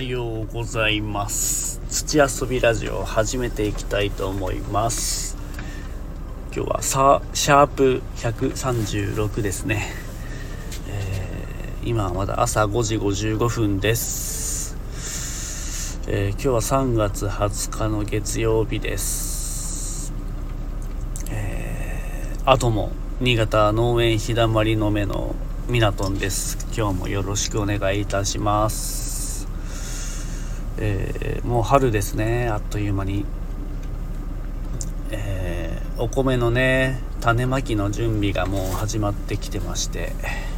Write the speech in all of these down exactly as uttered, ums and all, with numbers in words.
はようございます。土遊びラジオを始めていきたいと思います。今日はさシャープひゃくさんじゅうろくですね、えー、今はまだ朝ごじごじゅうごふんです。えー、今日はさんがつはつかの月曜日です。えー、あとも新潟農園日だまりの目のミナトンです。今日もよろしくお願いいたします。えー、もう春ですね。あっという間に、えー、お米のね種まきの準備がもう始まってきてまして、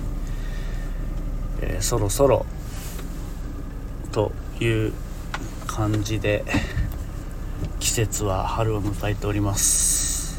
えー、そろそろという感じで季節は春を迎えております。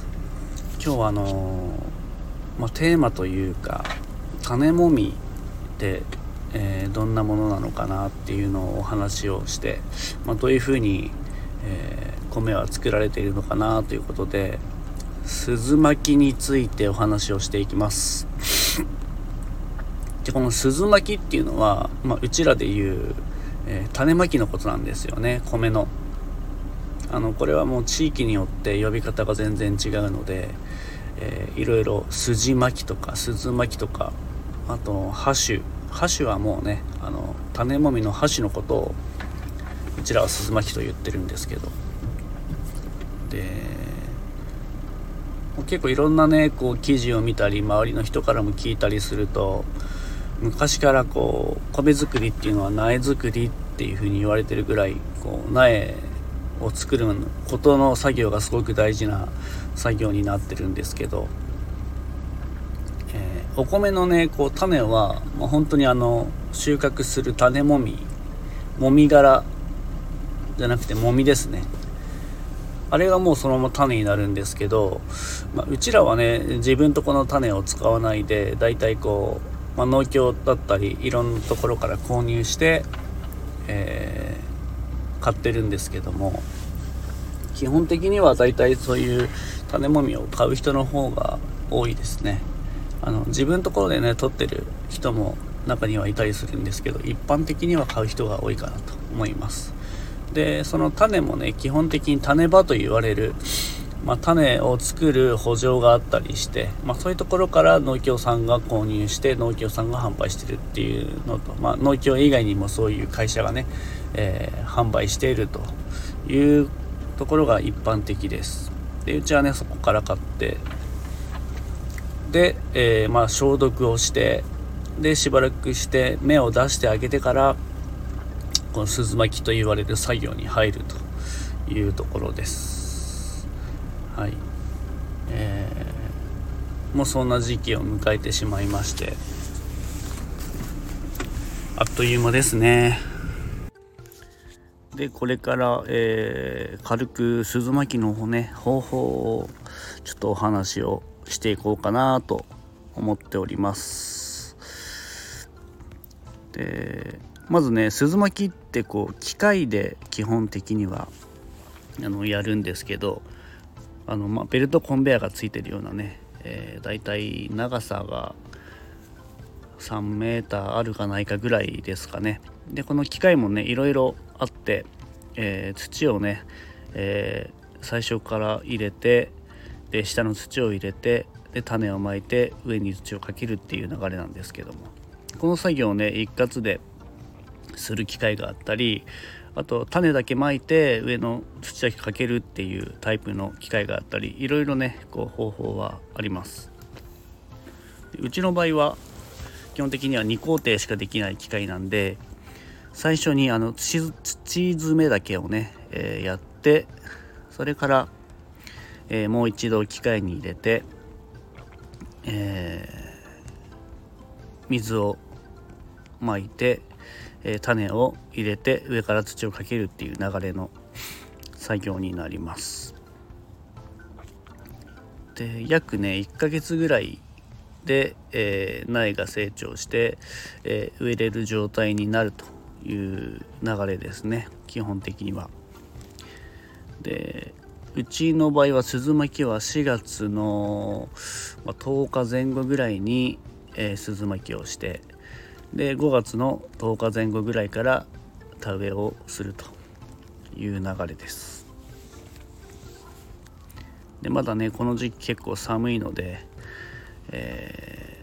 今日はあのーまあ、テーマというか種もみって、えー、どんなものなのかなっていうのをお話をして、まあ、どういうふうに、えー、米は作られているのかなということで鈴巻きについてお話をしていきます。でこの鈴巻きっていうのは、まあ、うちらでいう、えー、種まきのことなんですよね。米のあのこれはもう地域によって呼び方が全然違うので、えー、いろいろ筋巻きとか鈴巻きとか、あと箸箸はもうねあの種もみの箸のことをうちらは鈴巻きと言ってるんですけど、で結構いろんなねこう記事を見たり周りの人からも聞いたりすると、昔からこう米作りっていうのは苗作りっていう風に言われてるぐらい、こう苗を作ることの作業がすごく大事な作業になってるんですけど、えー、お米のねこう種はもう本当にあの収穫する種もみもみ殻じゃなくてもみですね。あれがもうそのまま種になるんですけど、まあ、うちらはね自分とこの種を使わないでだいたいこう、まあ、農協だったりいろんなところから購入して、えー、買ってるんですけども、基本的にはだいたいそういう種もみを買う人の方が多いですね。あの自分のところでね取ってる人も中にはいたりするんですけど、一般的には買う人が多いかなと思います。でその種もね基本的に種場と言われる、まあ、種を作る圃場があったりして、まあ、そういうところから農協さんが購入して農協さんが販売してるっていうのと、まあ、農協以外にもそういう会社がね、えー、販売しているというところが一般的です。でうちはねそこから買ってで、えー、まあ消毒をしてでしばらくして芽を出してあげてからこの鈴巻きと言われる作業に入るというところです。はい、えー、もうそんな時期を迎えてしまいまして、あっという間ですね。でこれから、えー、軽く鈴巻きの方ね方法をちょっとお話をしていこうかなと思っております。でまずね鈴巻きってこう機械で基本的にはあのやるんですけど、あの、まあ、ベルトコンベヤーがついてるようなね、えー、だいたい長さがさんメーターあるかないかぐらいですかね。でこの機械もねいろいろあって、えー、土をね、えー、最初から入れてで下の土を入れてで種をまいて上に土をかけるっていう流れなんですけども、この作業をね一括でする機械があったり、あと種だけまいて上の土だけかけるっていうタイプの機械があったり、いろいろねこう方法はあります。うちの場合は基本的にはに工程しかできない機械なんで、最初にあの土詰めだけをね、えー、やって、それから、えー、もう一度機械に入れて、えー、水をまいて、えー、種を入れて上から土をかけるっていう流れの作業になります。で約ねいっかげつぐらいで、えー、苗が成長して、えー、植えれる状態になるという流れですね、基本的には。でうちの場合は鈴巻きはしがつの、まあ、とおかぜん後ぐらいに、えー、鈴巻きをして、でごがつのとおかぜん後ぐらいから田植えをするという流れです。でまだねこの時期結構寒いので、え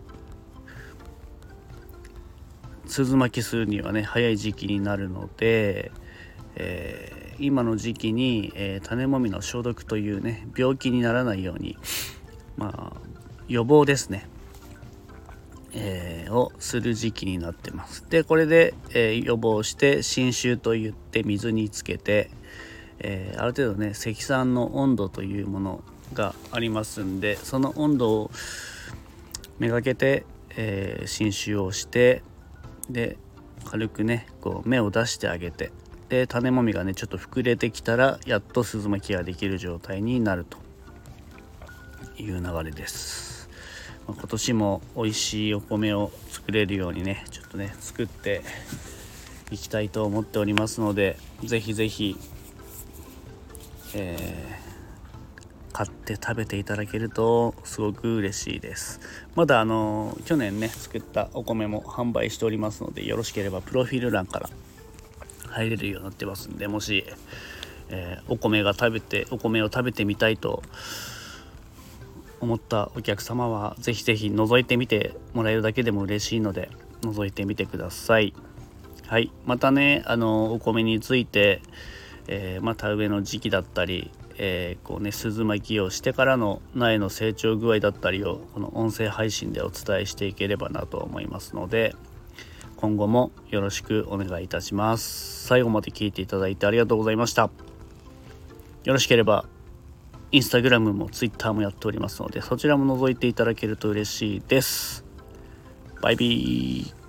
ー、鈴巻きするにはね早い時期になるので、えー、今の時期に、えー、種もみの消毒というね病気にならないように、まあ予防ですね、えー、をする時期になってます。でこれで、えー、予防して浸臭といって水につけて、えー、ある程度ね積算の温度というものがありますんで、その温度をめがけて、えー、浸臭をして、で軽くねこう芽を出してあげて、で種もみがねちょっと膨れてきたらやっと鈴巻きができる状態になるという流れです。今年も美味しいお米を作れるようにねちょっとね作っていきたいと思っておりますので、ぜひぜひ、えー、買って食べていただけるとすごく嬉しいです。まだあの去年ね作ったお米も販売しておりますので、よろしければプロフィール欄から入れるようになってますんで、もし、えー、お米が食べてお米を食べてみたいと思ったお客様はぜひぜひ覗いてみてもらえるだけでも嬉しいので覗いてみてください。はい、またねあのお米について、えー、また植えの時期だったり、えー、こうね鈴巻きをしてからの苗の成長具合だったりをこの音声配信でお伝えしていければなと思いますので、今後もよろしくお願いいたします。最後まで聞いていただいてありがとうございました。よろしければインスタグラムもツイッターもやっておりますので、そちらも覗いていただけると嬉しいです。バイビー。